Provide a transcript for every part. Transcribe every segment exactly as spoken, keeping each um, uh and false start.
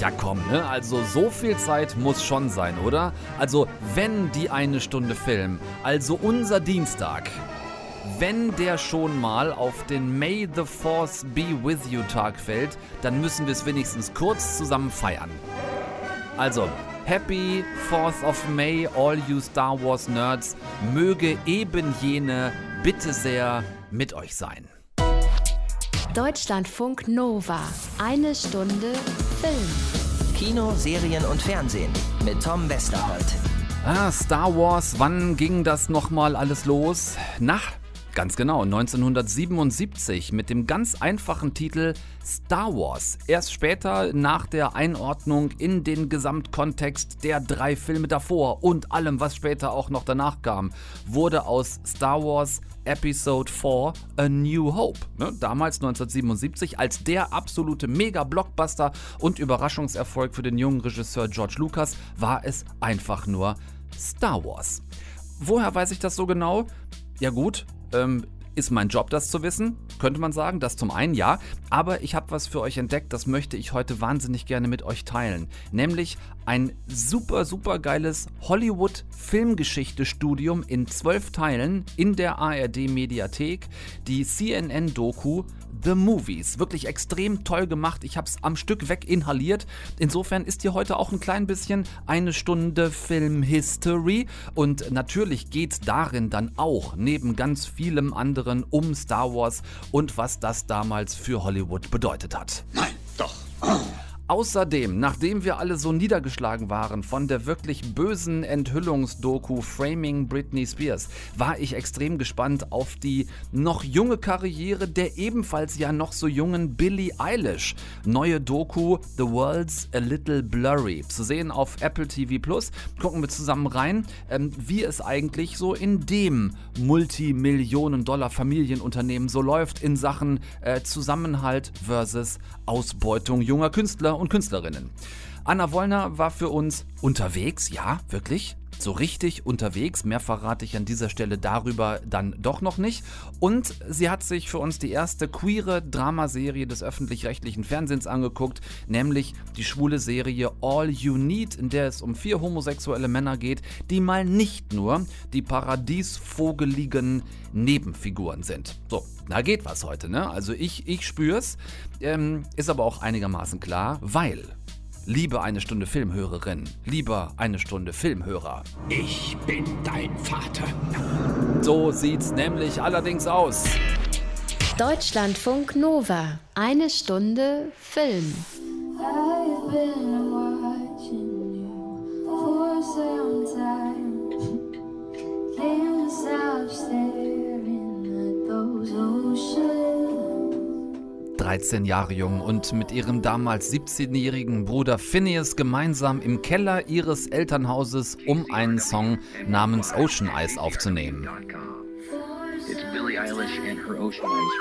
Ja komm, ne? Also so viel Zeit muss schon sein, oder? Also wenn die eine Stunde Film, also unser Dienstag, wenn der schon mal auf den May the Force be with you Tag fällt, dann müssen wir es wenigstens kurz zusammen feiern. Also, Happy fourth of May, all you Star Wars Nerds, möge eben jene bitte sehr mit euch sein. Deutschlandfunk Nova. Eine Stunde Film. Kino, Serien und Fernsehen mit Tom Westerholt. Ah, Star Wars, wann ging das nochmal alles los? Na, ganz genau, neunzehnhundertsiebenundsiebzig mit dem ganz einfachen Titel Star Wars. Erst später, nach der Einordnung in den Gesamtkontext der drei Filme davor und allem, was später auch noch danach kam, wurde aus Star Wars Episode vier A New Hope. Ne? Damals neunzehnhundertsiebenundsiebzig als der absolute Mega-Blockbuster und Überraschungserfolg für den jungen Regisseur George Lucas war es einfach nur Star Wars. Woher weiß ich das so genau? Ja gut, ähm, ist mein Job, das zu wissen? Könnte man sagen, das zum einen ja, aber ich habe was für euch entdeckt, das möchte ich heute wahnsinnig gerne mit euch teilen. Nämlich ein super, super geiles Hollywood-Filmgeschichte-Studium in zwölf Teilen in der A R D-Mediathek, die C N N-Doku The Movies. Wirklich extrem toll gemacht. Ich habe es am Stück weg inhaliert. Insofern ist hier heute auch ein klein bisschen eine Stunde Film-History. Und natürlich geht es darin dann auch neben ganz vielem anderen um Star Wars und was das damals für Hollywood bedeutet hat. Nein, doch. Außerdem, nachdem wir alle so niedergeschlagen waren von der wirklich bösen Enthüllungsdoku Framing Britney Spears, war ich extrem gespannt auf die noch junge Karriere der ebenfalls ja noch so jungen Billie Eilish. Neue Doku The World's a Little Blurry. Zu sehen auf Apple T V Plus. Gucken wir zusammen rein, ähm, wie es eigentlich so in dem Multimillionen-Dollar-Familienunternehmen so läuft in Sachen äh, Zusammenhalt versus Ausbeutung junger Künstler und Künstlerinnen. Anna Wollner war für uns unterwegs, ja, wirklich, so richtig unterwegs. Mehr verrate ich an dieser Stelle darüber dann doch noch nicht. Und sie hat sich für uns die erste queere Dramaserie des öffentlich-rechtlichen Fernsehens angeguckt, nämlich die schwule Serie All You Need, in der es um vier homosexuelle Männer geht, die mal nicht nur die paradiesvogeligen Nebenfiguren sind. So, da geht was heute, ne? Also ich, ich spür's, ähm, ist aber auch einigermaßen klar, weil... Liebe eine Stunde Filmhörerin, lieber eine Stunde Filmhörer. Ich bin dein Vater. So sieht's nämlich allerdings aus. Deutschlandfunk Nova. Eine Stunde Film. I've been watching you for some time. Can't stop staring at those oceans. dreizehn Jahre jung und mit ihrem damals siebzehnjährigen Bruder Phineas gemeinsam im Keller ihres Elternhauses, um einen Song namens Ocean Eyes aufzunehmen. It's Billie Eilish and her Ocean Eyes.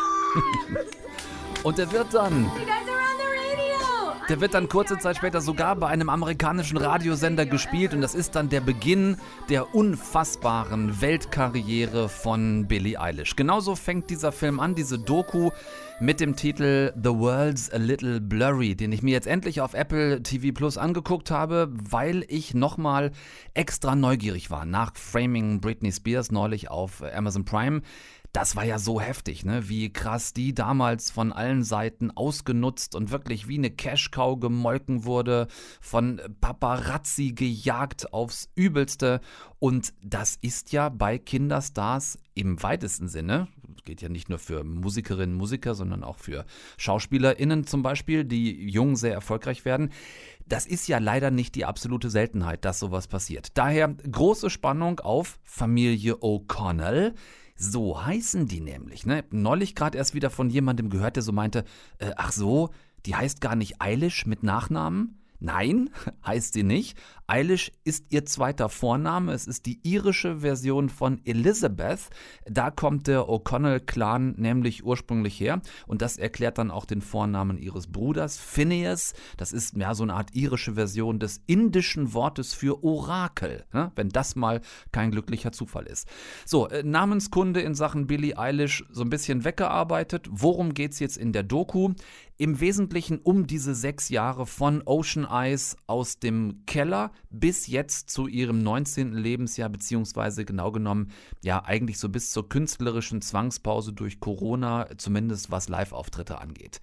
Und er wird dann... Der wird dann kurze Zeit später sogar bei einem amerikanischen Radiosender gespielt und das ist dann der Beginn der unfassbaren Weltkarriere von Billie Eilish. Genauso fängt dieser Film an, diese Doku mit dem Titel The World's a Little Blurry, den ich mir jetzt endlich auf Apple T V Plus angeguckt habe, weil ich nochmal extra neugierig war nach Framing Britney Spears neulich auf Amazon Prime. Das war ja so heftig, ne? Wie krass die damals von allen Seiten ausgenutzt und wirklich wie eine Cash-Cow gemolken wurde, von Paparazzi gejagt aufs Übelste. Und das ist ja bei Kinderstars im weitesten Sinne, geht ja nicht nur für Musikerinnen und Musiker, sondern auch für SchauspielerInnen zum Beispiel, die jung sehr erfolgreich werden. Das ist ja leider nicht die absolute Seltenheit, dass sowas passiert. Daher große Spannung auf Familie O'Connell. So heißen die nämlich, ne? Neulich gerade erst wieder von jemandem gehört, der so meinte, äh, ach so, die heißt gar nicht Eilish mit Nachnamen? Nein, heißt sie nicht. Eilish ist ihr zweiter Vorname. Es ist die irische Version von Elizabeth. Da kommt der O'Connell-Clan nämlich ursprünglich her. Und das erklärt dann auch den Vornamen ihres Bruders, Phineas. Das ist ja so eine Art irische Version des indischen Wortes für Orakel, ne? Wenn das mal kein glücklicher Zufall ist. So, äh, Namenskunde in Sachen Billie Eilish so ein bisschen weggearbeitet. Worum geht's jetzt in der Doku? im Wesentlichen um diese sechs Jahre von Ocean Eyes aus dem Keller bis jetzt zu ihrem neunzehnten Lebensjahr, beziehungsweise genau genommen, ja eigentlich so bis zur künstlerischen Zwangspause durch Corona, zumindest was Live-Auftritte angeht.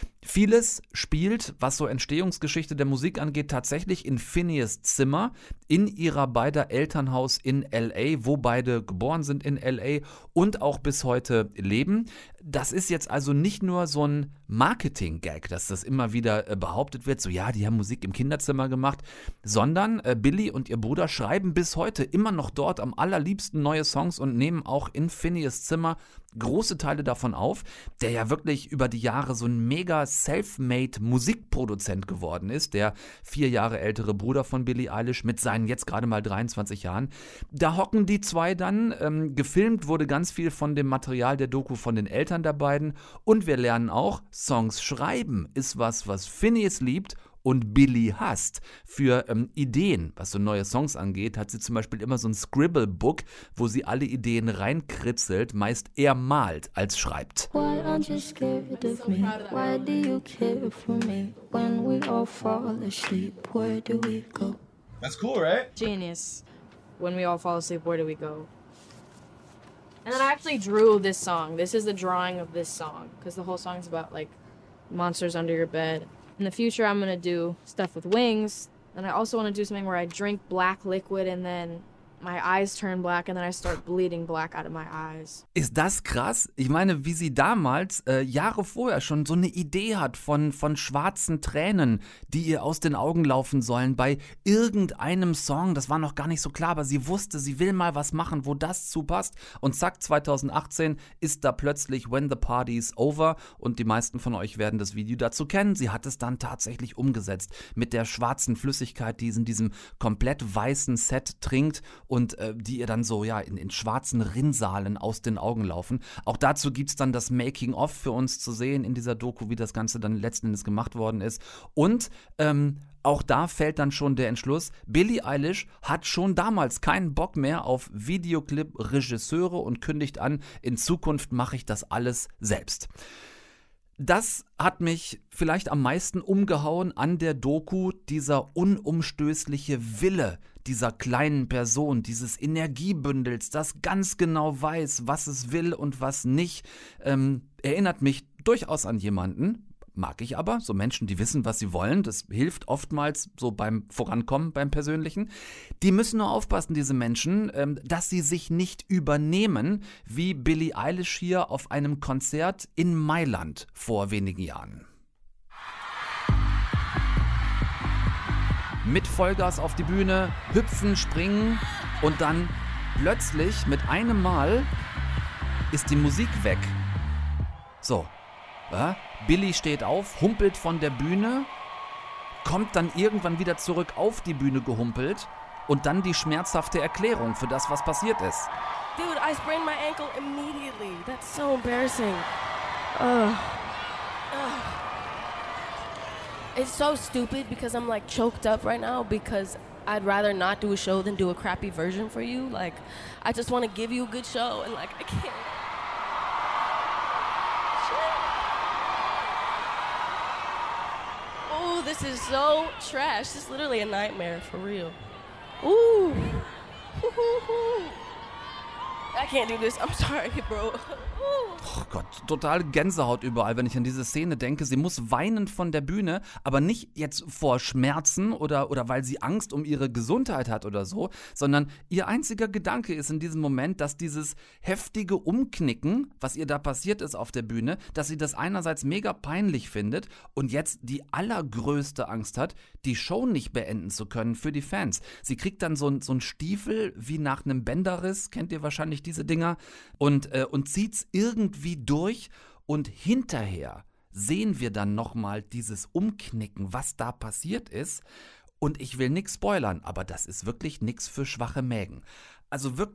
Vieles spielt, was so Entstehungsgeschichte der Musik angeht, tatsächlich in Finneas Zimmer, in ihrer beider Elternhaus in L A, wo beide geboren sind in L A und auch bis heute leben. Das ist jetzt also nicht nur so ein Marketing-Gag, dass das immer wieder äh, behauptet wird, so ja, die haben Musik im Kinderzimmer gemacht, sondern äh, Billie und ihr Bruder schreiben bis heute immer noch dort am allerliebsten neue Songs und nehmen auch in Finneas Zimmer große Teile davon auf, der ja wirklich über die Jahre so ein mega self-made Musikproduzent geworden ist, der vier Jahre ältere Bruder von Billie Eilish mit seinen jetzt gerade mal dreiundzwanzig Jahren. Da hocken die zwei dann, ähm, gefilmt wurde ganz viel von dem Material der Doku von den Eltern der beiden und wir lernen auch, Songs schreiben ist was, was Finneas liebt und Billie hasst. Für ähm, Ideen, was so neue Songs angeht, hat sie zum Beispiel immer so ein Scribble-Book, wo sie alle Ideen reinkritzelt, meist eher malt als schreibt. Why aren't you scared of me? Why do you care for me? When we all fall asleep, where do we go? That's cool, right? Genius. When we all fall asleep, where do we go? And then I actually drew this song. This is the drawing of this song, because the whole song is about, like, monsters under your bed. In the future, I'm gonna do stuff with wings, and I also want to do something where I drink black liquid and then my eyes turn black and then I start bleeding black out of my eyes. Ist das krass? Ich meine, wie sie damals, äh, Jahre vorher schon so eine Idee hat von, von schwarzen Tränen, die ihr aus den Augen laufen sollen bei irgendeinem Song. Das war noch gar nicht so klar, aber sie wusste, sie will mal was machen, wo das zupasst. Und zack, zweitausendachtzehn ist da plötzlich When the Party's Over und die meisten von euch werden das Video dazu kennen. Sie hat es dann tatsächlich umgesetzt mit der schwarzen Flüssigkeit, die sie in diesem komplett weißen Set trinkt und äh, die ihr dann so ja in, in schwarzen Rinnsalen aus den Augen laufen. Auch dazu gibt es dann das Making-of für uns zu sehen in dieser Doku, wie das Ganze dann letzten Endes gemacht worden ist. Und ähm, auch da fällt dann schon der Entschluss, Billie Eilish hat schon damals keinen Bock mehr auf Videoclip-Regisseure und kündigt an, in Zukunft mache ich das alles selbst. Das hat mich vielleicht am meisten umgehauen an der Doku, dieser unumstößliche Wille dieser kleinen Person, dieses Energiebündels, das ganz genau weiß, was es will und was nicht, ähm, erinnert mich durchaus an jemanden. Mag ich aber, so Menschen, die wissen, was sie wollen, das hilft oftmals so beim Vorankommen, beim Persönlichen. Die müssen nur aufpassen, diese Menschen, ähm, dass sie sich nicht übernehmen, wie Billie Eilish hier auf einem Konzert in Mailand vor wenigen Jahren. Mit Vollgas auf die Bühne, hüpfen, springen und dann plötzlich mit einem Mal ist die Musik weg. So. Ja, Billie steht auf, humpelt von der Bühne, kommt dann irgendwann wieder zurück auf die Bühne gehumpelt und dann die schmerzhafte Erklärung für das, was passiert ist. Dude, I sprained my ankle immediately. That's so embarrassing. Ugh. Ugh. It's so stupid because I'm like choked up right now because I'd rather not do a show than do a crappy version for you. Like, I just want to give you a good show and like, I can't. Oh, this is so trash. This is literally a nightmare, for real. Ooh. I can't do this. I'm sorry, bro. Oh Gott, total Gänsehaut überall, wenn ich an diese Szene denke. Sie muss weinend von der Bühne, aber nicht jetzt vor Schmerzen oder, oder weil sie Angst um ihre Gesundheit hat oder so, sondern ihr einziger Gedanke ist in diesem Moment, dass dieses heftige Umknicken, was ihr da passiert ist auf der Bühne, dass sie das einerseits mega peinlich findet und jetzt die allergrößte Angst hat, die Show nicht beenden zu können für die Fans. Sie kriegt dann so, ein, so einen Stiefel wie nach einem Bänderriss, kennt ihr wahrscheinlich diese Dinger, und, äh, und zieht's irgendwie durch und hinterher sehen wir dann nochmal dieses Umknicken, was da passiert ist. Und ich will nichts spoilern, aber das ist wirklich nichts für schwache Mägen. Also wirklich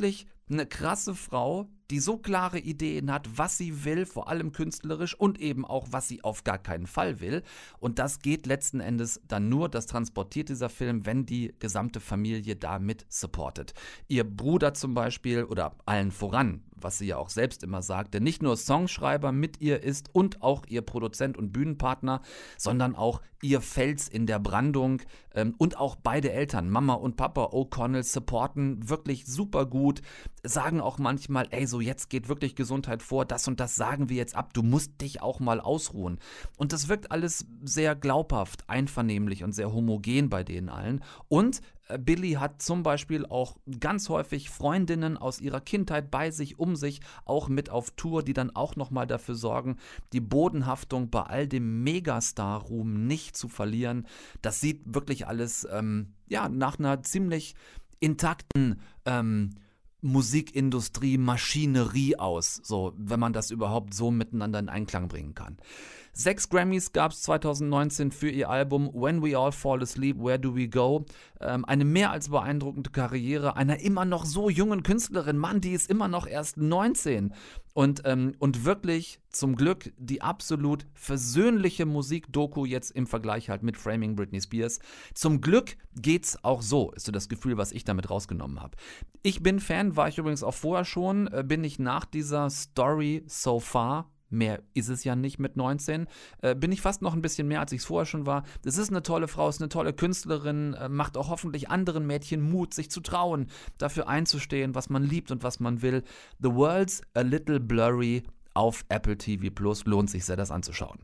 Eine krasse Frau, die so klare Ideen hat, was sie will, vor allem künstlerisch und eben auch, was sie auf gar keinen Fall will. Und das geht letzten Endes dann nur, das transportiert dieser Film, wenn die gesamte Familie damit supportet. Ihr Bruder zum Beispiel oder allen voran, was sie ja auch selbst immer sagt, der nicht nur Songschreiber mit ihr ist und auch ihr Produzent und Bühnenpartner, sondern auch ihr Fels in der Brandung ähm, und auch beide Eltern, Mama und Papa O'Connell, supporten wirklich super gut, sagen auch manchmal, ey, so jetzt geht wirklich Gesundheit vor, das und das sagen wir jetzt ab, du musst dich auch mal ausruhen. Und das wirkt alles sehr glaubhaft, einvernehmlich und sehr homogen bei denen allen. Und Billie hat zum Beispiel auch ganz häufig Freundinnen aus ihrer Kindheit bei sich, um sich, auch mit auf Tour, die dann auch nochmal dafür sorgen, die Bodenhaftung bei all dem Megastar-Ruhm nicht zu verlieren. Das sieht wirklich alles ähm, ja, nach einer ziemlich intakten ähm, Musikindustrie, Maschinerie aus, so, wenn man das überhaupt so miteinander in Einklang bringen kann. Sechs Grammys gab es zwanzig neunzehn für ihr Album When We All Fall Asleep, Where Do We Go? Ähm, eine mehr als beeindruckende Karriere einer immer noch so jungen Künstlerin. Mann, die ist immer noch erst neunzehn. Und, ähm, und wirklich zum Glück die absolut versöhnliche Musikdoku jetzt im Vergleich halt mit Framing Britney Spears. Zum Glück geht's auch so, ist so das Gefühl, was ich damit rausgenommen habe. Ich bin Fan, war ich übrigens auch vorher schon, äh, bin ich nach dieser Story so far, mehr ist es ja nicht mit neunzehn, äh, bin ich fast noch ein bisschen mehr, als ich es vorher schon war. Das ist eine tolle Frau, ist eine tolle Künstlerin, äh, macht auch hoffentlich anderen Mädchen Mut, sich zu trauen, dafür einzustehen, was man liebt und was man will. The World's a Little Blurry auf Apple T V Plus, lohnt sich sehr, das anzuschauen.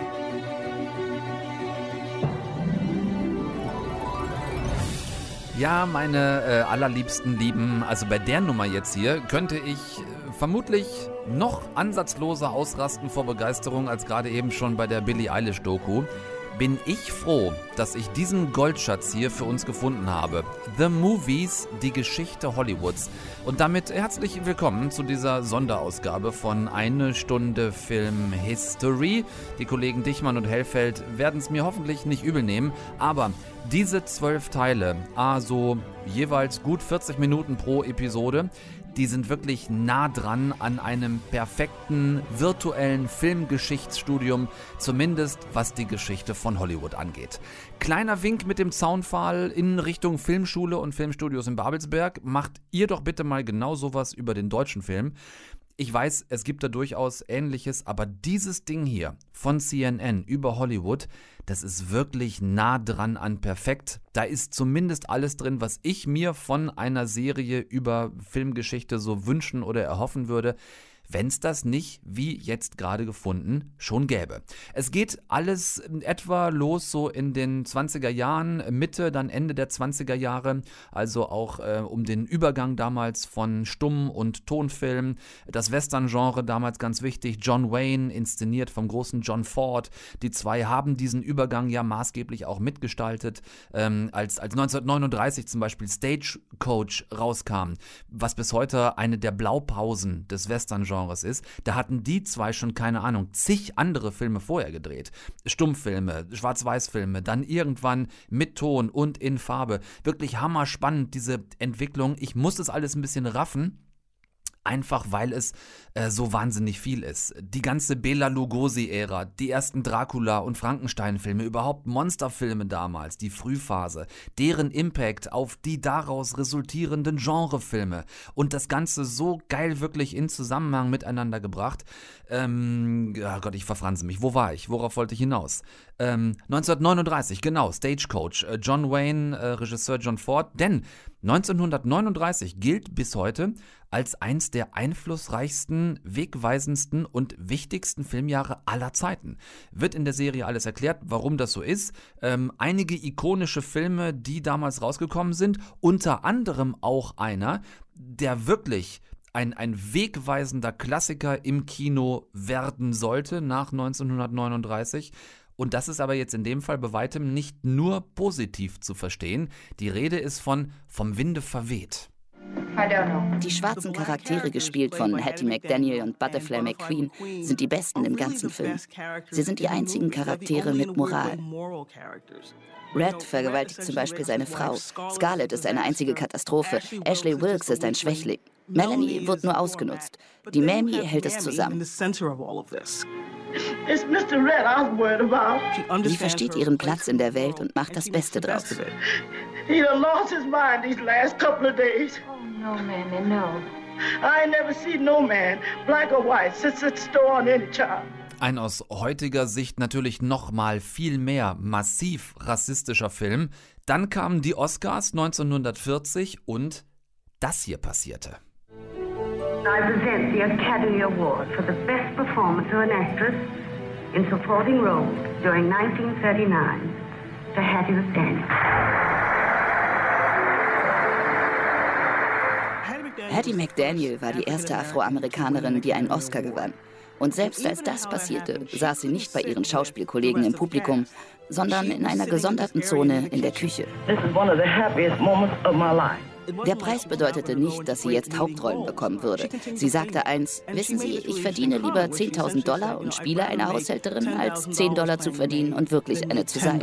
Ja, meine äh, allerliebsten Lieben, also bei der Nummer jetzt hier könnte ich äh, vermutlich noch ansatzloser ausrasten vor Begeisterung als gerade eben schon bei der Billie Eilish Doku. Bin ich froh, dass ich diesen Goldschatz hier für uns gefunden habe. The Movies, die Geschichte Hollywoods. Und damit herzlich willkommen zu dieser Sonderausgabe von Eine Stunde Film History. Die Kollegen Dichmann und Hellfeld werden es mir hoffentlich nicht übel nehmen, aber diese zwölf Teile, also jeweils gut vierzig Minuten pro Episode, die sind wirklich nah dran an einem perfekten virtuellen Filmgeschichtsstudium, zumindest was die Geschichte von Hollywood angeht. Kleiner Wink mit dem Zaunpfahl in Richtung Filmschule und Filmstudios in Babelsberg. Macht ihr doch bitte mal genau sowas über den deutschen Film. Ich weiß, es gibt da durchaus Ähnliches, aber dieses Ding hier von C N N über Hollywood, das ist wirklich nah dran an perfekt. Da ist zumindest alles drin, was ich mir von einer Serie über Filmgeschichte so wünschen oder erhoffen würde, wenn es das nicht, wie jetzt gerade gefunden, schon gäbe. Es geht alles in etwa los so in den zwanziger Jahren, Mitte, dann Ende der zwanziger Jahre, also auch äh, um den Übergang damals von Stumm- und Tonfilm, das Western-Genre damals ganz wichtig, John Wayne, inszeniert vom großen John Ford. Die zwei haben diesen Übergang ja maßgeblich auch mitgestaltet, ähm, als, als neunzehnhundertneununddreißig zum Beispiel Stagecoach rauskam, was bis heute eine der Blaupausen des Western-Genres ist, da hatten die zwei schon, keine Ahnung, zig andere Filme vorher gedreht. Stummfilme, Schwarz-Weiß-Filme, dann irgendwann mit Ton und in Farbe. Wirklich hammerspannend, diese Entwicklung. Ich muss das alles ein bisschen raffen. Einfach weil es äh, so wahnsinnig viel ist. Die ganze Bela Lugosi-Ära, die ersten Dracula- und Frankenstein-Filme, überhaupt Monsterfilme damals, die Frühphase, deren Impact auf die daraus resultierenden Genrefilme und das Ganze so geil wirklich in Zusammenhang miteinander gebracht. Ähm, oh Gott, ich verfranse mich. Wo war ich? Worauf wollte ich hinaus? Ähm, neunzehnhundertneununddreißig, genau, Stagecoach, äh, John Wayne, äh, Regisseur John Ford, denn neunzehnhundertneununddreißig gilt bis heute als eins der einflussreichsten, wegweisendsten und wichtigsten Filmjahre aller Zeiten. Wird in der Serie alles erklärt, warum das so ist. Ähm, einige ikonische Filme, die damals rausgekommen sind, unter anderem auch einer, der wirklich ein, ein wegweisender Klassiker im Kino werden sollte nach neunzehnhundertneununddreißig. Und das ist aber jetzt in dem Fall bei weitem nicht nur positiv zu verstehen. Die Rede ist von Vom Winde verweht. Die schwarzen Charaktere, gespielt von Hattie McDaniel und Butterfly McQueen, sind die besten im ganzen Film. Sie sind die einzigen Charaktere mit Moral. Red vergewaltigt zum Beispiel seine Frau. Scarlett ist eine einzige Katastrophe. Ashley Wilkes ist ein Schwächling. Melanie wird nur ausgenutzt. Die Mamie hält es zusammen. Sie versteht ihren Platz in der Welt und macht das Beste draus. He done lost his mind these last couple of days. Oh, no, Mammy, no. I ain't never seen no man, black or white, sit sit store on any child. Ein aus heutiger Sicht natürlich noch mal viel mehr massiv rassistischer Film. Dann kamen die Oscars neunzehnhundertvierzig und das hier passierte. I present the Academy Award for the best performance of an actress in supporting role during nineteen thirty-nine to Hattie McDaniel. Hattie McDaniel war die erste Afroamerikanerin, die einen Oscar gewann. Und selbst als das passierte, saß sie nicht bei ihren Schauspielkollegen im Publikum, sondern in einer gesonderten Zone in der Küche. Der Preis bedeutete nicht, dass sie jetzt Hauptrollen bekommen würde. Sie sagte eins: Wissen Sie, ich verdiene lieber zehntausend Dollar und spiele eine Haushälterin, als zehn Dollar zu verdienen und wirklich eine zu sein.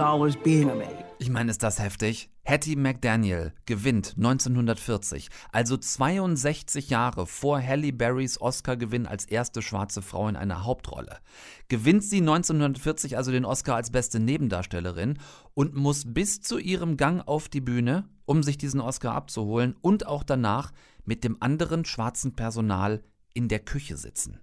Ich meine, ist das heftig? Hattie McDaniel gewinnt neunzehnhundertvierzig, also zweiundsechzig Jahre vor Halle Berrys Oscar-Gewinn als erste schwarze Frau in einer Hauptrolle. Gewinnt sie neunzehnhundertvierzig also den Oscar als beste Nebendarstellerin und muss bis zu ihrem Gang auf die Bühne, um sich diesen Oscar abzuholen, und auch danach mit dem anderen schwarzen Personal in der Küche sitzen.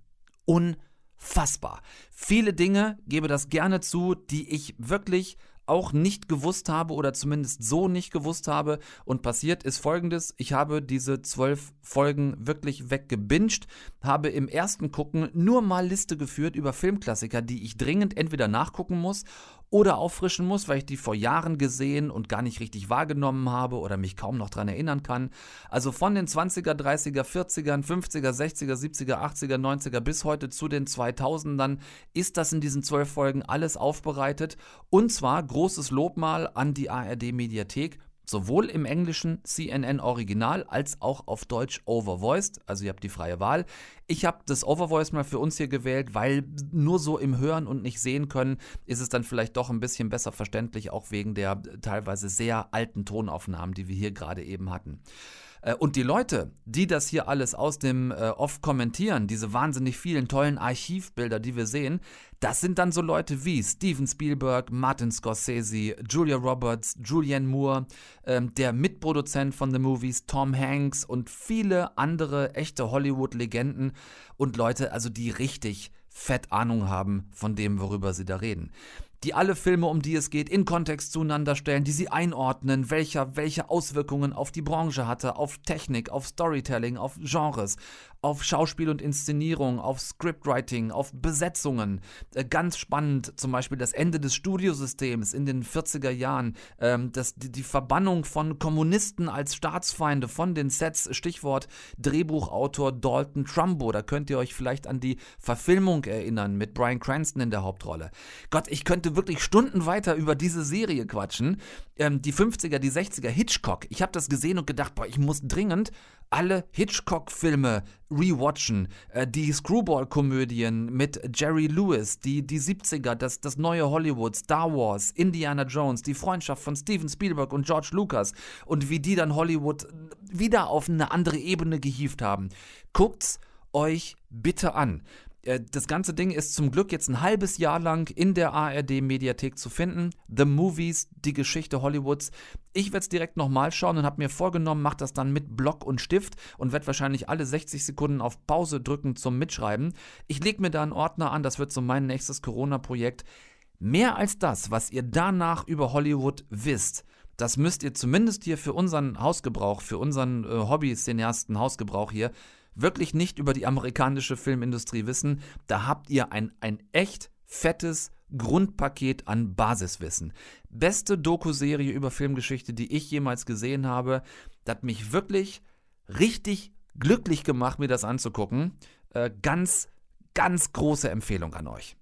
Unfassbar. Viele Dinge, gebe das gerne zu, die ich wirklich auch nicht gewusst habe oder zumindest so nicht gewusst habe. Und passiert ist Folgendes: Ich habe diese zwölf Folgen wirklich weggebinged, habe im ersten Gucken nur mal Liste geführt über Filmklassiker, die ich dringend entweder nachgucken muss oder auffrischen muss, weil ich die vor Jahren gesehen und gar nicht richtig wahrgenommen habe oder mich kaum noch dran erinnern kann. Also von den zwanziger, dreißiger, vierziger, fünfziger, sechziger, siebziger, achtziger, neunziger bis heute zu den zweitausendern ist das in diesen zwölf Folgen alles aufbereitet. Und zwar großes Lob mal an die A R D-Mediathek. Sowohl im englischen C N N-Original als auch auf Deutsch overvoiced, also ihr habt die freie Wahl. Ich habe das Overvoice mal für uns hier gewählt, weil nur so im Hören und nicht sehen können ist es dann vielleicht doch ein bisschen besser verständlich, auch wegen der teilweise sehr alten Tonaufnahmen, die wir hier gerade eben hatten. Und die Leute, die das hier alles aus dem äh, Off kommentieren, diese wahnsinnig vielen tollen Archivbilder, die wir sehen, das sind dann so Leute wie Steven Spielberg, Martin Scorsese, Julia Roberts, Julianne Moore, ähm, der Mitproduzent von The Movies, Tom Hanks und viele andere echte Hollywood-Legenden und Leute, also die richtig fett Ahnung haben von dem, worüber sie da reden. Die alle Filme, um die es geht, in Kontext zueinander stellen, die sie einordnen, welcher welche Auswirkungen auf die Branche hatte, auf Technik, auf Storytelling, auf Genres, auf Schauspiel und Inszenierung, auf Scriptwriting, auf Besetzungen. Äh, ganz spannend, zum Beispiel das Ende des Studiosystems in den vierziger Jahren, ähm, das, die, die Verbannung von Kommunisten als Staatsfeinde von den Sets, Stichwort Drehbuchautor Dalton Trumbo. Da könnt ihr euch vielleicht an die Verfilmung erinnern mit Bryan Cranston in der Hauptrolle. Gott, ich könnte wirklich Stunden weiter über diese Serie quatschen. Ähm, die fünfziger, die sechziger, Hitchcock. Ich habe das gesehen und gedacht, boah, ich muss dringend alle Hitchcock-Filme rewatchen. Äh, die Screwball-Komödien mit Jerry Lewis, die, die siebziger, das, das neue Hollywood, Star Wars, Indiana Jones, die Freundschaft von Steven Spielberg und George Lucas und wie die dann Hollywood wieder auf eine andere Ebene gehievt haben. Guckt's euch bitte an. Das ganze Ding ist zum Glück jetzt ein halbes Jahr lang in der A R D-Mediathek zu finden. The Movies, die Geschichte Hollywoods. Ich werde es direkt nochmal schauen und habe mir vorgenommen, mache das dann mit Block und Stift und werde wahrscheinlich alle sechzig Sekunden auf Pause drücken zum Mitschreiben. Ich lege mir da einen Ordner an, das wird so mein nächstes Corona-Projekt. Mehr als das, was ihr danach über Hollywood wisst, das müsst ihr zumindest hier für unseren Hausgebrauch, für unseren äh, Hobby-Cineasten Hausgebrauch hier, wirklich nicht über die amerikanische Filmindustrie wissen. Da habt ihr ein, ein echt fettes Grundpaket an Basiswissen. Beste Doku-Serie über Filmgeschichte, die ich jemals gesehen habe. Das hat mich wirklich richtig glücklich gemacht, mir das anzugucken. Äh, ganz, ganz große Empfehlung an euch.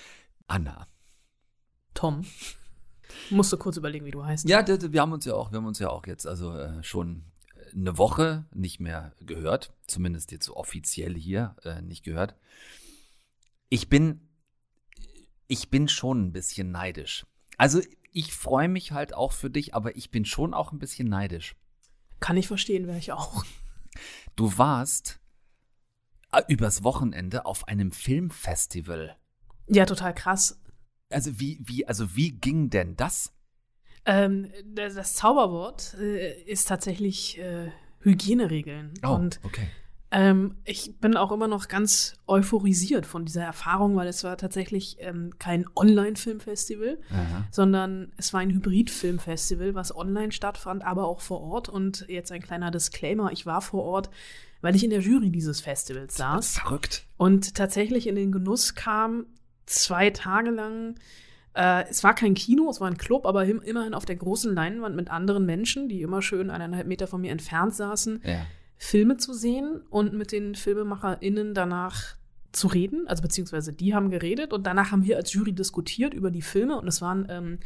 Anna. Tom. Musst du kurz überlegen, wie du heißt. Ja, wir haben uns ja auch, wir haben uns ja auch jetzt also äh, schon eine Woche nicht mehr gehört, zumindest jetzt so offiziell hier äh, nicht gehört. Ich bin, ich bin schon ein bisschen neidisch. Also ich freue mich halt auch für dich, aber ich bin schon auch ein bisschen neidisch. Kann ich verstehen, wäre ich auch. Du warst übers Wochenende auf einem Filmfestival. Ja, total krass. Also wie, wie, also wie ging denn das? Ähm, das, das Zauberwort äh, ist tatsächlich äh, Hygieneregeln. Oh, und okay. Ähm, ich bin auch immer noch ganz euphorisiert von dieser Erfahrung, weil es war tatsächlich ähm, kein Online-Filmfestival, Aha. sondern es war ein Hybrid-Filmfestival, was online stattfand, aber auch vor Ort. Und jetzt ein kleiner Disclaimer, ich war vor Ort, weil ich in der Jury dieses Festivals saß. Verrückt. Und tatsächlich in den Genuss kam, zwei Tage lang, äh, es war kein Kino, es war ein Club, aber im, immerhin auf der großen Leinwand mit anderen Menschen, die immer schön eineinhalb Meter von mir entfernt saßen, Ja. Filme zu sehen und mit den FilmemacherInnen danach zu reden, also beziehungsweise die haben geredet und danach haben wir als Jury diskutiert über die Filme und es waren ähm,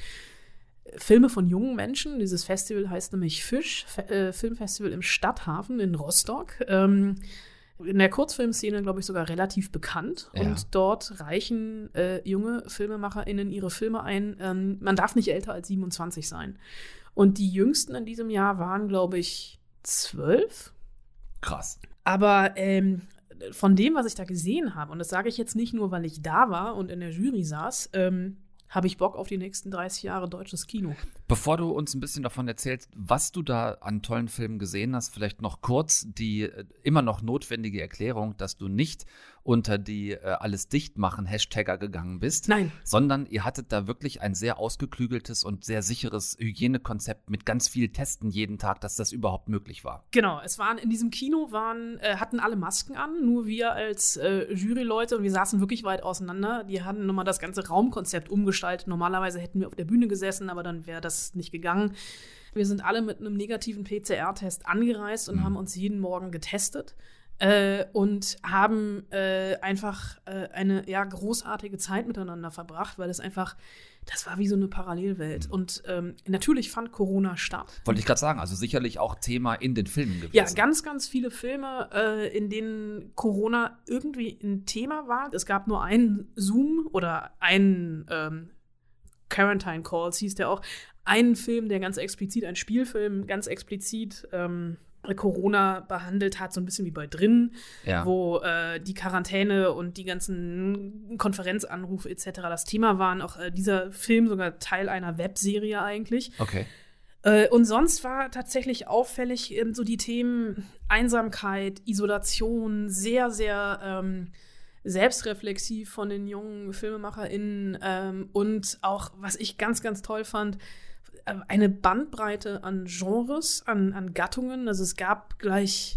Filme von jungen Menschen. Dieses Festival heißt nämlich Fisch, F- äh, Filmfestival im Stadthafen in Rostock. Ähm, in der Kurzfilmszene, glaube ich, sogar relativ bekannt. Ja. Und dort reichen äh, junge FilmemacherInnen ihre Filme ein. Ähm, man darf nicht älter als siebenundzwanzig sein. Und die jüngsten in diesem Jahr waren, glaube ich, zwölf. Krass. Aber ähm, von dem, was ich da gesehen habe, und das sage ich jetzt nicht nur, weil ich da war und in der Jury saß, ähm, habe ich Bock auf die nächsten dreißig Jahre deutsches Kino. Bevor du uns ein bisschen davon erzählst, was du da an tollen Filmen gesehen hast, vielleicht noch kurz die äh, immer noch notwendige Erklärung, dass du nicht unter die äh, alles dicht machen Hashtagger gegangen bist. Nein. Sondern ihr hattet da wirklich ein sehr ausgeklügeltes und sehr sicheres Hygienekonzept mit ganz viel Testen jeden Tag, dass das überhaupt möglich war. Genau, es waren in diesem Kino waren äh, hatten alle Masken an, nur wir als äh, Juryleute und wir saßen wirklich weit auseinander. Die hatten nochmal das ganze Raumkonzept umgestaltet. Normalerweise hätten wir auf der Bühne gesessen, aber dann wäre das nicht gegangen. Wir sind alle mit einem negativen P C R-Test angereist und mhm. haben uns jeden Morgen getestet. Äh, und haben äh, einfach äh, eine ja, großartige Zeit miteinander verbracht, weil es einfach, das war wie so eine Parallelwelt. Mhm. Und ähm, natürlich fand Corona statt. Wollte ich gerade sagen, also sicherlich auch Thema in den Filmen gewesen. Ja, ganz, ganz viele Filme, äh, in denen Corona irgendwie ein Thema war. Es gab nur einen Zoom oder einen ähm, Quarantine Calls hieß der auch, einen Film, der ganz explizit, ein Spielfilm, ganz explizit ähm, Corona behandelt hat, so ein bisschen wie bei Drin, ja. wo äh, die Quarantäne und die ganzen Konferenzanrufe et cetera das Thema waren. Auch äh, dieser Film sogar Teil einer Webserie eigentlich. Okay. Äh, und sonst war tatsächlich auffällig ähm, so die Themen Einsamkeit, Isolation, sehr, sehr ähm, selbstreflexiv von den jungen FilmemacherInnen ähm, und auch, was ich ganz, ganz toll fand, eine Bandbreite an Genres, an, an Gattungen. Also es gab gleich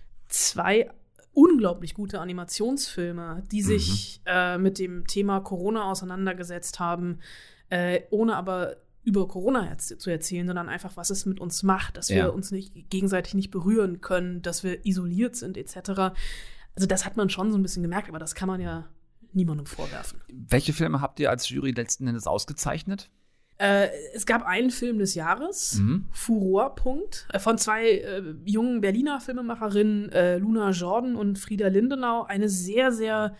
zwei unglaublich gute Animationsfilme, die sich mhm. äh, mit dem Thema Corona auseinandergesetzt haben, äh, ohne aber über Corona erz- zu erzählen, sondern einfach, was es mit uns macht, dass ja. wir uns nicht gegenseitig nicht berühren können, dass wir isoliert sind et cetera. Also das hat man schon so ein bisschen gemerkt, aber das kann man ja niemandem vorwerfen. Welche Filme habt ihr als Jury letzten Endes ausgezeichnet? Äh, es gab einen Film des Jahres, mhm. Furor, Punkt, äh, von zwei äh, jungen Berliner Filmemacherinnen, äh, Luna Jordan und Frieda Lindenau. Eine sehr, sehr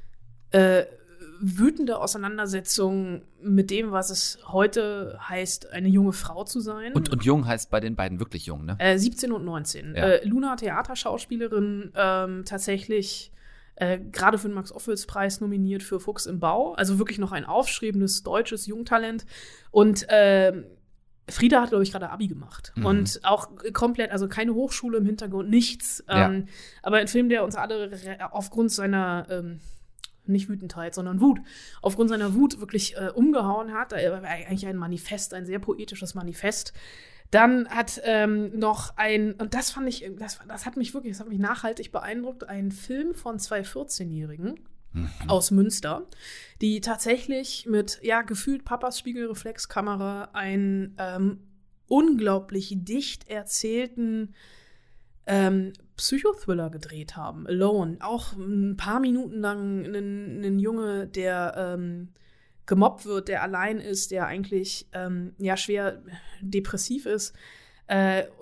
äh, wütende Auseinandersetzung mit dem, was es heute heißt, eine junge Frau zu sein. Und, und jung heißt bei den beiden wirklich jung, ne? Äh, siebzehn und neunzehn. Ja. Äh, Luna, Theaterschauspielerin, ähm, tatsächlich Äh, gerade für den Max-Ophüls-Preis nominiert für Fuchs im Bau. Also wirklich noch ein aufstrebendes deutsches Jungtalent. Und äh, Frieda hat, glaube ich, gerade Abi gemacht. Mhm. Und auch komplett, also keine Hochschule im Hintergrund, nichts. Ja. Ähm, aber ein Film, der uns alle re- aufgrund seiner, ähm, nicht Wütendheit, sondern Wut, aufgrund seiner Wut wirklich äh, umgehauen hat. Da war eigentlich ein Manifest, ein sehr poetisches Manifest. Dann hat ähm, noch ein, und das fand ich, das, das hat mich wirklich, das hat mich nachhaltig beeindruckt, ein Film von zwei vierzehn-Jährigen mhm. aus Münster, die tatsächlich mit, ja, gefühlt Papas Spiegelreflexkamera einen ähm, unglaublich dicht erzählten ähm, Psychothriller gedreht haben, Alone. Auch ein paar Minuten lang ein, ein Junge, der ähm, gemobbt wird, der allein ist, der eigentlich ähm, ja schwer depressiv ist. Äh, und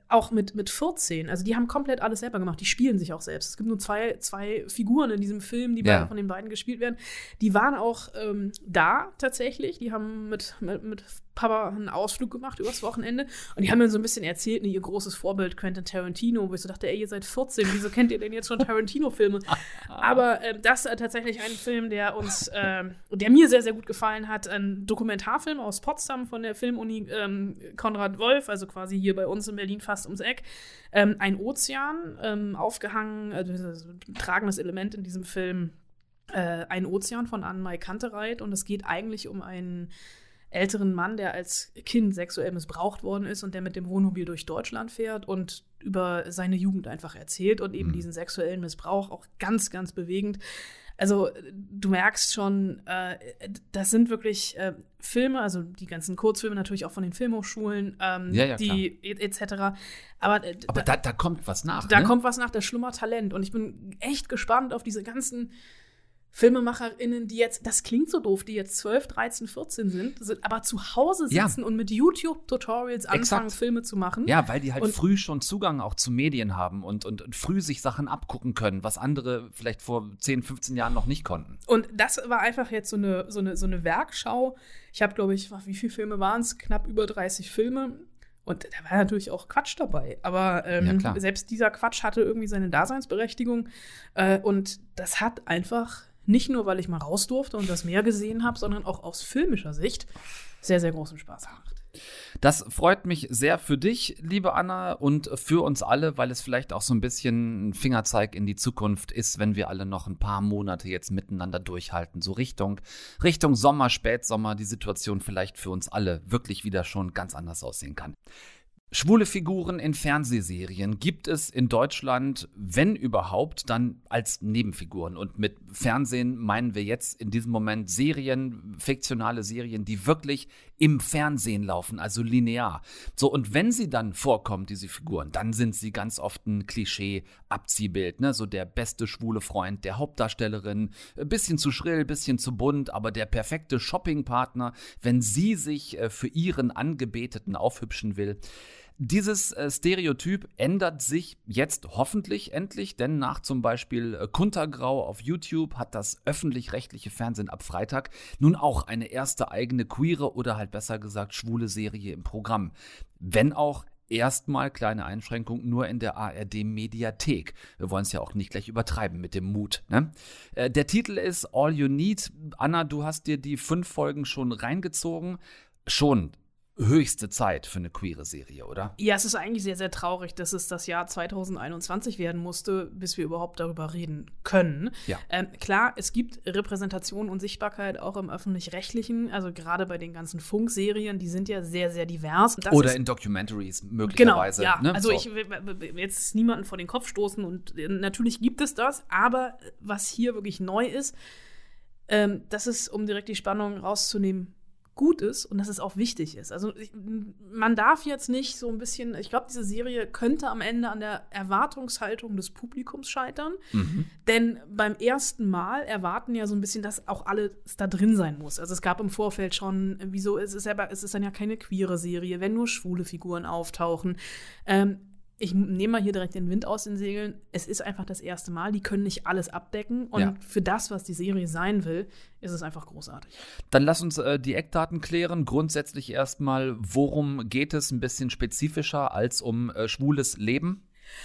auch mit, mit vierzehn, also die haben komplett alles selber gemacht, die spielen sich auch selbst. Es gibt nur zwei, zwei Figuren in diesem Film, die ja. beide von den beiden gespielt werden. Die waren auch ähm, da tatsächlich, die haben mit, mit, mit Papa einen Ausflug gemacht übers Wochenende und die haben mir so ein bisschen erzählt, ne, ihr großes Vorbild Quentin Tarantino, wo ich so dachte, ey, ihr seid vierzehn, wieso kennt ihr denn jetzt schon Tarantino-Filme? Aber äh, das ist tatsächlich ein Film, der uns, äh, der mir sehr, sehr gut gefallen hat, ein Dokumentarfilm aus Potsdam von der Filmuni ähm, Konrad Wolf, also quasi hier bei uns in Berlin fast ums Eck. Ähm, ein Ozean, ähm, aufgehangen, also ein tragendes Element in diesem Film, äh, ein Ozean von Anne-Mai Kantereit und es geht eigentlich um einen älteren Mann, der als Kind sexuell missbraucht worden ist und der mit dem Wohnmobil durch Deutschland fährt und über seine Jugend einfach erzählt und eben mhm. diesen sexuellen Missbrauch auch ganz, ganz bewegend. Also du merkst schon, äh, das sind wirklich äh, Filme, also die ganzen Kurzfilme natürlich auch von den Filmhochschulen, ähm, ja, ja, die et, et cetera. Aber, äh, Aber da, da kommt was nach. Da ne? kommt was nach, da schlummert Talent. Und ich bin echt gespannt auf diese ganzen FilmemacherInnen, die jetzt, das klingt so doof, die jetzt zwölf, dreizehn, vierzehn sind, sind aber zu Hause sitzen ja. und mit YouTube-Tutorials anfangen, Exakt. Filme zu machen. Ja, weil die halt und früh schon Zugang auch zu Medien haben und, und, und früh sich Sachen abgucken können, was andere vielleicht vor zehn, fünfzehn Jahren noch nicht konnten. Und das war einfach jetzt so eine, so eine, so eine Werkschau. Ich habe, glaube ich, wie viele Filme waren es? Knapp über dreißig Filme. Und da war natürlich auch Quatsch dabei. Aber ähm, ja, selbst dieser Quatsch hatte irgendwie seine Daseinsberechtigung. Äh, und das hat einfach nicht nur, weil ich mal raus durfte und das Meer gesehen habe, sondern auch aus filmischer Sicht sehr, sehr großen Spaß gemacht. Das freut mich sehr für dich, liebe Anna, und für uns alle, weil es vielleicht auch so ein bisschen ein Fingerzeig in die Zukunft ist, wenn wir alle noch ein paar Monate jetzt miteinander durchhalten. So Richtung, Richtung Sommer, Spätsommer, die Situation vielleicht für uns alle wirklich wieder schon ganz anders aussehen kann. Schwule Figuren in Fernsehserien gibt es in Deutschland, wenn überhaupt, dann als Nebenfiguren. Und mit Fernsehen meinen wir jetzt in diesem Moment Serien, fiktionale Serien, die wirklich im Fernsehen laufen, also linear. So, und wenn sie dann vorkommen, diese Figuren, dann sind sie ganz oft ein Klischee-Abziehbild, ne? So der beste schwule Freund der Hauptdarstellerin, bisschen zu schrill, bisschen zu bunt, aber der perfekte Shoppingpartner, wenn sie sich äh, für ihren Angebeteten aufhübschen will. Dieses äh, Stereotyp ändert sich jetzt hoffentlich endlich, denn nach zum Beispiel äh, Kuntergrau auf YouTube hat das öffentlich-rechtliche Fernsehen ab Freitag nun auch eine erste eigene queere oder halt besser gesagt schwule Serie im Programm. Wenn auch erstmal, kleine Einschränkung, nur in der A R D-Mediathek. Wir wollen es ja auch nicht gleich übertreiben mit dem Mut. Ne? Äh, der Titel ist All You Need. Anna, du hast dir die fünf Folgen schon reingezogen. Schon höchste Zeit für eine queere Serie, oder? Ja, es ist eigentlich sehr, sehr traurig, dass es das Jahr zwanzig einundzwanzig werden musste, bis wir überhaupt darüber reden können. Ja. Ähm, klar, es gibt Repräsentation und Sichtbarkeit auch im Öffentlich-Rechtlichen, also gerade bei den ganzen Funkserien, die sind ja sehr, sehr divers. Das oder ist, in Documentaries möglicherweise. Genau, ja. Ne? Also so. ich will jetzt niemanden vor den Kopf stoßen und natürlich gibt es das, aber was hier wirklich neu ist, ähm, das ist, um direkt die Spannung rauszunehmen, gut ist und dass es auch wichtig ist. Also ich, man darf jetzt nicht so ein bisschen, ich glaube, diese Serie könnte am Ende an der Erwartungshaltung des Publikums scheitern, mhm. denn beim ersten Mal erwarten ja so ein bisschen, dass auch alles da drin sein muss. Also es gab im Vorfeld schon, wieso ist es ja, es ist dann ja keine queere Serie, wenn nur schwule Figuren auftauchen. Ähm, Ich nehme mal hier direkt den Wind aus den Segeln. Es ist einfach das erste Mal. Die können nicht alles abdecken. Und ja. für das, was die Serie sein will, ist es einfach großartig. Dann lass uns äh, die Eckdaten klären. Grundsätzlich erstmal, worum geht es ein bisschen spezifischer als um äh, schwules Leben?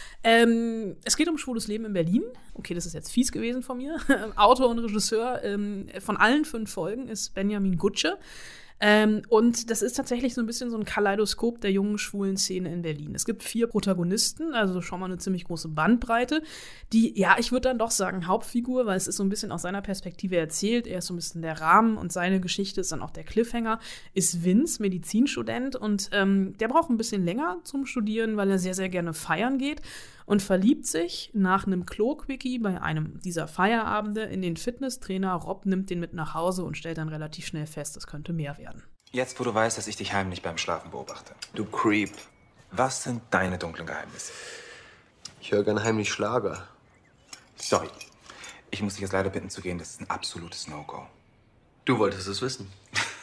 Ähm, es geht um schwules Leben in Berlin. Okay, das ist jetzt fies gewesen von mir. Autor und Regisseur ähm, von allen fünf Folgen ist Benjamin Gutsche. Ähm, und das ist tatsächlich so ein bisschen so ein Kaleidoskop der jungen schwulen Szene in Berlin. Es gibt vier Protagonisten, also schon mal eine ziemlich große Bandbreite, die, ja, ich würde dann doch sagen Hauptfigur, weil es ist so ein bisschen aus seiner Perspektive erzählt. Er ist so ein bisschen der Rahmen und seine Geschichte ist dann auch der Cliffhanger, ist Vince, Medizinstudent, und ähm, der braucht ein bisschen länger zum Studieren, weil er sehr, sehr gerne feiern geht und verliebt sich nach einem Klo-Quickie bei einem dieser Feierabende in den Fitnesstrainer. Rob nimmt den mit nach Hause und stellt dann relativ schnell fest, das könnte mehr werden. Jetzt, wo du weißt, dass ich dich heimlich beim Schlafen beobachte. Du Creep. Was sind deine dunklen Geheimnisse? Ich höre gern heimlich Schlager. Sorry. Ich muss dich jetzt leider bitten zu gehen, das ist ein absolutes No-Go. Du wolltest es wissen.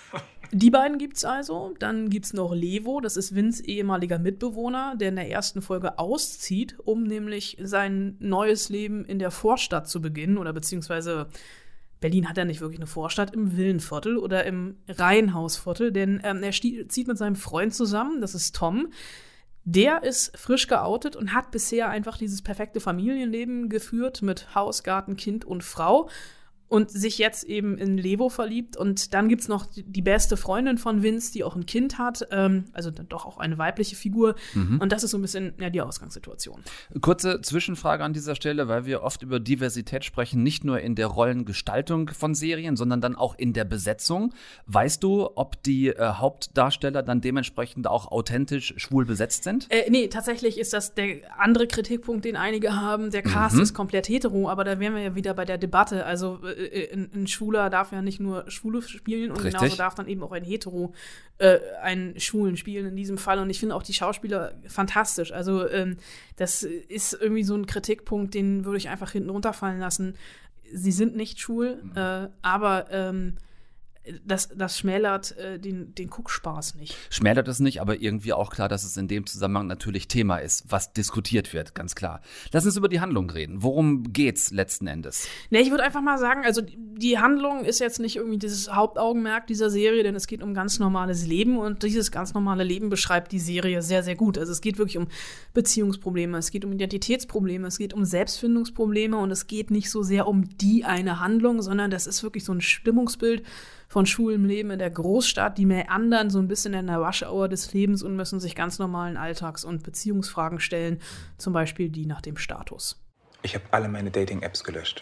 Die beiden gibt's also. Dann gibt's noch Levo, das ist Vince ehemaliger Mitbewohner, der in der ersten Folge auszieht, um nämlich sein neues Leben in der Vorstadt zu beginnen. Oder beziehungsweise Berlin hat ja nicht wirklich eine Vorstadt, im Villenviertel oder im Reihenhausviertel. Denn ähm, er zieht mit seinem Freund zusammen, das ist Tom. Der ist frisch geoutet und hat bisher einfach dieses perfekte Familienleben geführt mit Haus, Garten, Kind und Frau. Und sich jetzt eben in Levo verliebt. Und dann gibt's noch die, die beste Freundin von Vince, die auch ein Kind hat. Ähm, also dann doch auch eine weibliche Figur. Mhm. Und das ist so ein bisschen ja, die Ausgangssituation. Kurze Zwischenfrage an dieser Stelle, weil wir oft über Diversität sprechen, nicht nur in der Rollengestaltung von Serien, sondern dann auch in der Besetzung. Weißt du, ob die äh, Hauptdarsteller dann dementsprechend auch authentisch schwul besetzt sind? Äh, nee, tatsächlich ist das der andere Kritikpunkt, den einige haben. Der Cast mhm. ist komplett hetero, aber da wären wir ja wieder bei der Debatte. Also Ein, ein Schwuler darf ja nicht nur Schwule spielen und Richtig. Genauso darf dann eben auch ein Hetero äh, einen Schwulen spielen in diesem Fall. Und ich finde auch die Schauspieler fantastisch. Also ähm, das ist irgendwie so ein Kritikpunkt, den würde ich einfach hinten runterfallen lassen. Sie sind nicht schwul, mhm. äh, aber ähm, Das, das schmälert äh, den, den Guckspaß nicht. Schmälert es nicht, aber irgendwie auch klar, dass es in dem Zusammenhang natürlich Thema ist, was diskutiert wird, ganz klar. Lass uns über die Handlung reden. Worum geht's letzten Endes? Ne, ich würde einfach mal sagen, also die Handlung ist jetzt nicht irgendwie dieses Hauptaugenmerk dieser Serie, denn es geht um ganz normales Leben und dieses ganz normale Leben beschreibt die Serie sehr, sehr gut. Also es geht wirklich um Beziehungsprobleme, es geht um Identitätsprobleme, es geht um Selbstfindungsprobleme und es geht nicht so sehr um die eine Handlung, sondern das ist wirklich so ein Stimmungsbild von schwulem Leben in der Großstadt, die meandern so ein bisschen in der Rush-Hour des Lebens und müssen sich ganz normalen Alltags- und Beziehungsfragen stellen, zum Beispiel die nach dem Status. Ich habe alle meine Dating-Apps gelöscht.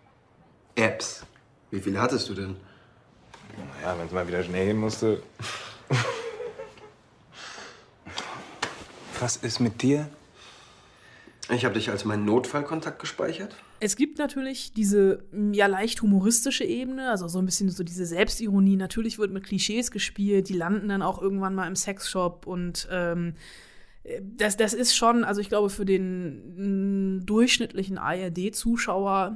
Apps? Wie viele hattest du denn? Naja, wenn es mal wieder schnell gehen musste. Was ist mit dir? Ich habe dich als meinen Notfallkontakt gespeichert. Es gibt natürlich diese ja leicht humoristische Ebene, also so ein bisschen so diese Selbstironie. Natürlich wird mit Klischees gespielt, die landen dann auch irgendwann mal im Sexshop und ähm, das, das ist schon, also ich glaube, für den m, durchschnittlichen A R D-Zuschauer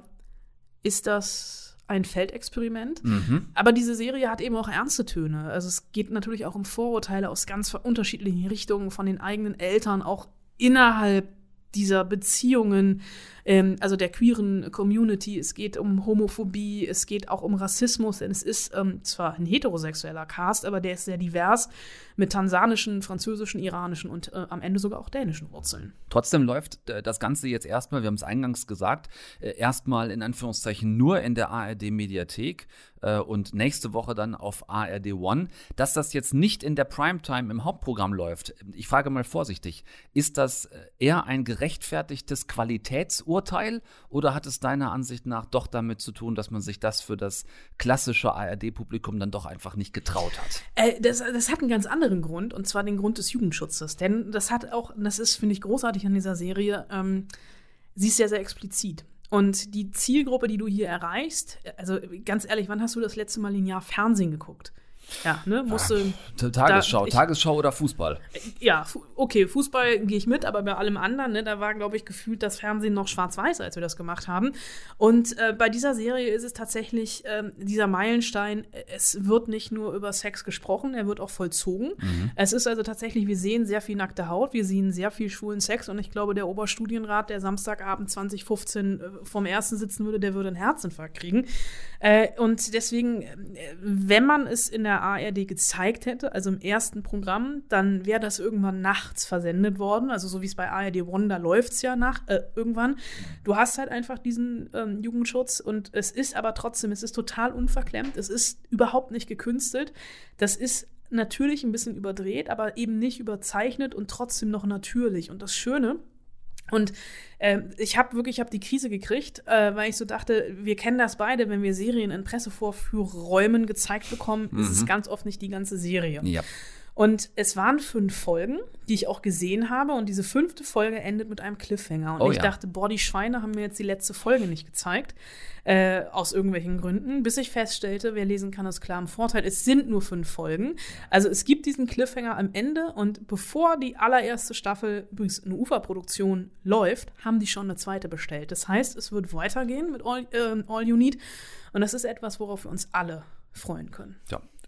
ist das ein Feldexperiment. Mhm. Aber diese Serie hat eben auch ernste Töne. Also es geht natürlich auch um Vorurteile aus ganz unterschiedlichen Richtungen von den eigenen Eltern, auch innerhalb dieser Beziehungen, ähm, also der queeren Community. Es geht um Homophobie, es geht auch um Rassismus, denn es ist ähm, zwar ein heterosexueller Cast, aber der ist sehr divers mit tansanischen, französischen, iranischen und äh, am Ende sogar auch dänischen Wurzeln. Trotzdem läuft äh, das Ganze jetzt erstmal, wir haben es eingangs gesagt, äh, erstmal in Anführungszeichen nur in der A R D-Mediathek äh, und nächste Woche dann auf A R D One. Dass das jetzt nicht in der Primetime im Hauptprogramm läuft, ich frage mal vorsichtig, ist das eher ein gerechtfertigtes Qualitätsurteil oder hat es deiner Ansicht nach doch damit zu tun, dass man sich das für das klassische A R D-Publikum dann doch einfach nicht getraut hat? Äh, das, das hat einen ganz anderen Grund, und zwar den Grund des Jugendschutzes. Denn das hat auch, das ist, finde ich, großartig an dieser Serie, ähm, sie ist sehr, sehr explizit. Und die Zielgruppe, die du hier erreichst, also ganz ehrlich, wann hast du das letzte Mal linear Fernsehen geguckt? Ja, ne, musste. Ach, Tagesschau, da, ich, Tagesschau oder Fußball? Ja, okay, Fußball gehe ich mit, aber bei allem anderen, ne, da war, glaube ich, gefühlt das Fernsehen noch schwarz-weiß, als wir das gemacht haben. Und äh, bei dieser Serie ist es tatsächlich äh, dieser Meilenstein, es wird nicht nur über Sex gesprochen, er wird auch vollzogen. Mhm. Es ist also tatsächlich, wir sehen sehr viel nackte Haut, wir sehen sehr viel schwulen Sex und ich glaube, der Oberstudienrat, der Samstagabend zwanzig fünfzehn äh, vom Ersten sitzen würde, der würde einen Herzinfarkt kriegen. Äh, und deswegen, äh, wenn man es in der A R D gezeigt hätte, also im ersten Programm, dann wäre das irgendwann nachts versendet worden, also so wie es bei A R D One, da läuft es ja nach, äh, irgendwann. Du hast halt einfach diesen ähm, Jugendschutz und es ist aber trotzdem, es ist total unverklemmt, es ist überhaupt nicht gekünstelt, das ist natürlich ein bisschen überdreht, aber eben nicht überzeichnet und trotzdem noch natürlich. Und das Schöne, und äh, ich habe wirklich, ich habe die Krise gekriegt, äh, weil ich so dachte, wir kennen das beide, wenn wir Serien in Pressevorführräumen gezeigt bekommen, mhm. ist es ganz oft nicht die ganze Serie. Ja. Und es waren fünf Folgen, die ich auch gesehen habe. Und diese fünfte Folge endet mit einem Cliffhanger. Und oh, ich ja. dachte, boah, die Schweine haben mir jetzt die letzte Folge nicht gezeigt. Äh, aus irgendwelchen Gründen. Bis ich feststellte, wer lesen kann, ist klar im Vorteil. Es sind nur fünf Folgen. Also es gibt diesen Cliffhanger am Ende. Und bevor die allererste Staffel, übrigens eine Uferproduktion, läuft, haben die schon eine zweite bestellt. Das heißt, es wird weitergehen mit All, äh, All You Need. Und das ist etwas, worauf wir uns alle freuen können. Ja.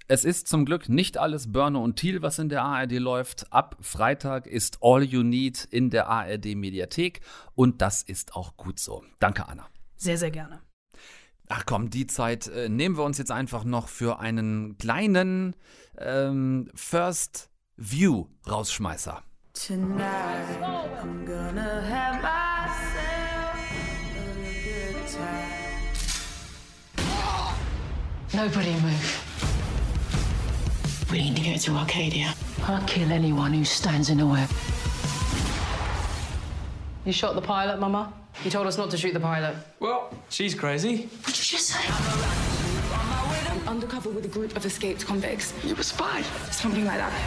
Es ist zum Glück nicht alles Börne und Thiel, was in der A R D läuft. Ab Freitag ist All You Need in der A R D-Mediathek und das ist auch gut so. Danke, Anna. Sehr, sehr gerne. Ach komm, die Zeit äh, nehmen wir uns jetzt einfach noch für einen kleinen ähm, First View Rausschmeißer. Tonight, I'm gonna have myself a good time. Nobody move. We need to get to Arcadia. I'll kill anyone who stands in the way. You shot the pilot, Mama? You told us not to shoot the pilot. Well, she's crazy. What did you just say? I'm undercover with a group of escaped convicts. You were spied. Something like that.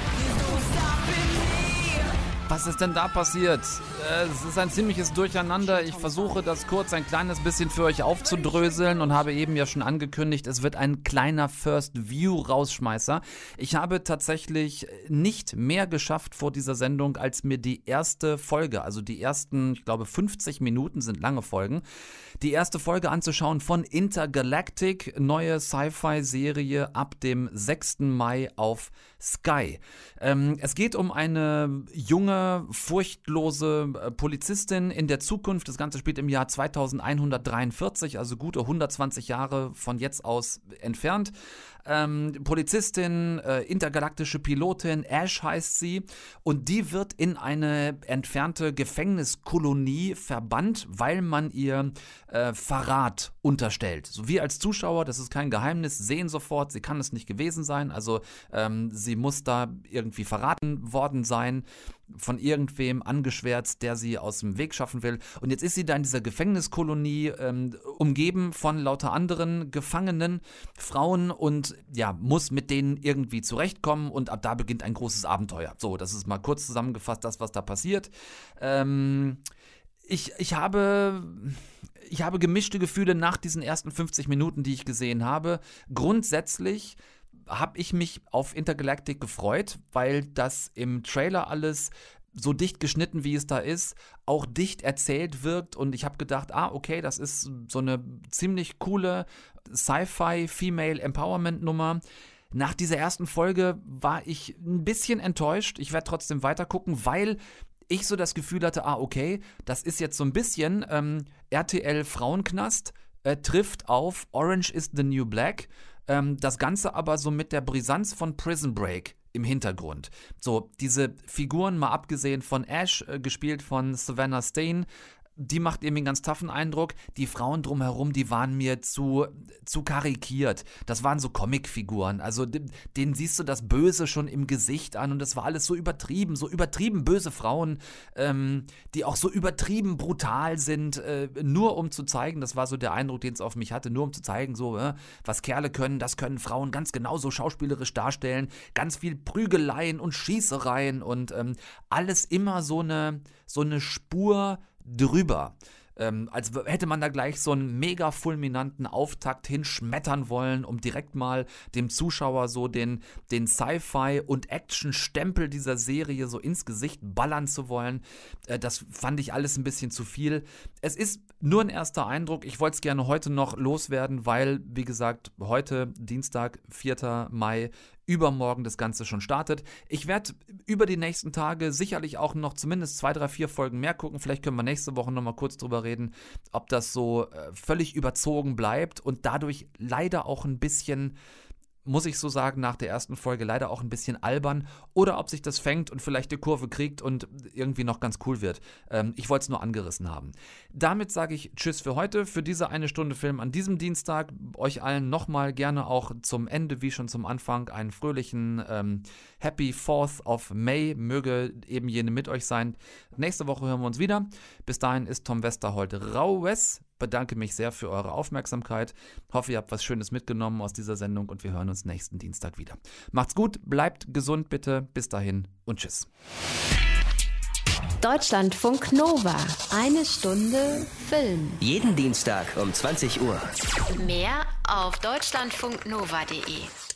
Was ist denn da passiert? Es ist ein ziemliches Durcheinander. Ich versuche das kurz ein kleines bisschen für euch aufzudröseln und habe eben ja schon angekündigt, es wird ein kleiner First-View-Rausschmeißer. Ich habe tatsächlich nicht mehr geschafft vor dieser Sendung, als mir die erste Folge, also die ersten, ich glaube fünfzig Minuten sind lange Folgen, die erste Folge anzuschauen von Intergalactic, neue Sci-Fi-Serie ab dem sechsten Mai auf Sky. Ähm, es geht um eine junge, furchtlose äh, Polizistin in der Zukunft. Das Ganze spielt im Jahr zweitausendeinhundertdreiundvierzig, also gute hundertzwanzig Jahre von jetzt aus entfernt. Ähm, Polizistin, äh, intergalaktische Pilotin, Ash heißt sie, und die wird in eine entfernte Gefängniskolonie verbannt, weil man ihr äh, Verrat unterstellt. So, wir als Zuschauer, das ist kein Geheimnis, sehen sofort, sie kann es nicht gewesen sein, also ähm, sie muss da irgendwie verraten worden sein, von irgendwem angeschwärzt, der sie aus dem Weg schaffen will. Und jetzt ist sie da in dieser Gefängniskolonie ähm, umgeben von lauter anderen gefangenen Frauen und ja, muss mit denen irgendwie zurechtkommen und ab da beginnt ein großes Abenteuer. So, das ist mal kurz zusammengefasst das, was da passiert. Ähm, ich, ich habe... Ich habe gemischte Gefühle nach diesen ersten fünfzig Minuten, die ich gesehen habe. Grundsätzlich habe ich mich auf Intergalactic gefreut, weil das im Trailer alles so dicht geschnitten, wie es da ist, auch dicht erzählt wirkt und ich habe gedacht, ah, okay, das ist so eine ziemlich coole Sci-Fi Female Empowerment Nummer. Nach dieser ersten Folge war ich ein bisschen enttäuscht. Ich werde trotzdem weiter gucken, weil ich so das Gefühl hatte, ah, okay, das ist jetzt so ein bisschen ähm, R T L Frauenknast äh, trifft auf Orange is the New Black. Ähm, das Ganze aber so mit der Brisanz von Prison Break im Hintergrund. So, diese Figuren, mal abgesehen von Ash, äh, gespielt von Savannah Stain, die macht irgendwie einen ganz taffen Eindruck. Die Frauen drumherum, die waren mir zu, zu karikiert. Das waren so Comicfiguren. Also denen siehst du das Böse schon im Gesicht an und das war alles so übertrieben, so übertrieben böse Frauen, ähm, die auch so übertrieben brutal sind, äh, nur um zu zeigen, das war so der Eindruck, den es auf mich hatte, nur um zu zeigen, so, äh, was Kerle können, das können Frauen ganz genauso schauspielerisch darstellen. Ganz viel Prügeleien und Schießereien und ähm, alles immer so eine, so eine Spur drüber. Ähm, als hätte man da gleich so einen mega fulminanten Auftakt hinschmettern wollen, um direkt mal dem Zuschauer so den, den Sci-Fi- und Action-Stempel dieser Serie so ins Gesicht ballern zu wollen. Äh, das fand ich alles ein bisschen zu viel. Es ist nur ein erster Eindruck. Ich wollte es gerne heute noch loswerden, weil, wie gesagt, heute, Dienstag, vierter Mai, übermorgen das Ganze schon startet. Ich werde über die nächsten Tage sicherlich auch noch zumindest zwei, drei, vier Folgen mehr gucken. Vielleicht können wir nächste Woche noch mal kurz drüber reden, ob das so äh, völlig überzogen bleibt und dadurch leider auch ein bisschen, muss ich so sagen, nach der ersten Folge leider auch ein bisschen albern oder ob sich das fängt und vielleicht die Kurve kriegt und irgendwie noch ganz cool wird. Ähm, ich wollte es nur angerissen haben. Damit sage ich Tschüss für heute, für diese eine Stunde Film an diesem Dienstag. Euch allen nochmal gerne auch zum Ende, wie schon zum Anfang, einen fröhlichen ähm, Happy Fourth of May. Möge eben jene mit euch sein. Nächste Woche hören wir uns wieder. Bis dahin ist Tom Westerholt raus. Bedanke mich sehr für eure Aufmerksamkeit. Hoffe, ihr habt was Schönes mitgenommen aus dieser Sendung und wir hören uns nächsten Dienstag wieder. Macht's gut, bleibt gesund bitte. Bis dahin und tschüss. Deutschlandfunk Nova. Eine Stunde Film. Jeden Dienstag um zwanzig Uhr. Mehr auf deutschlandfunknova punkt de.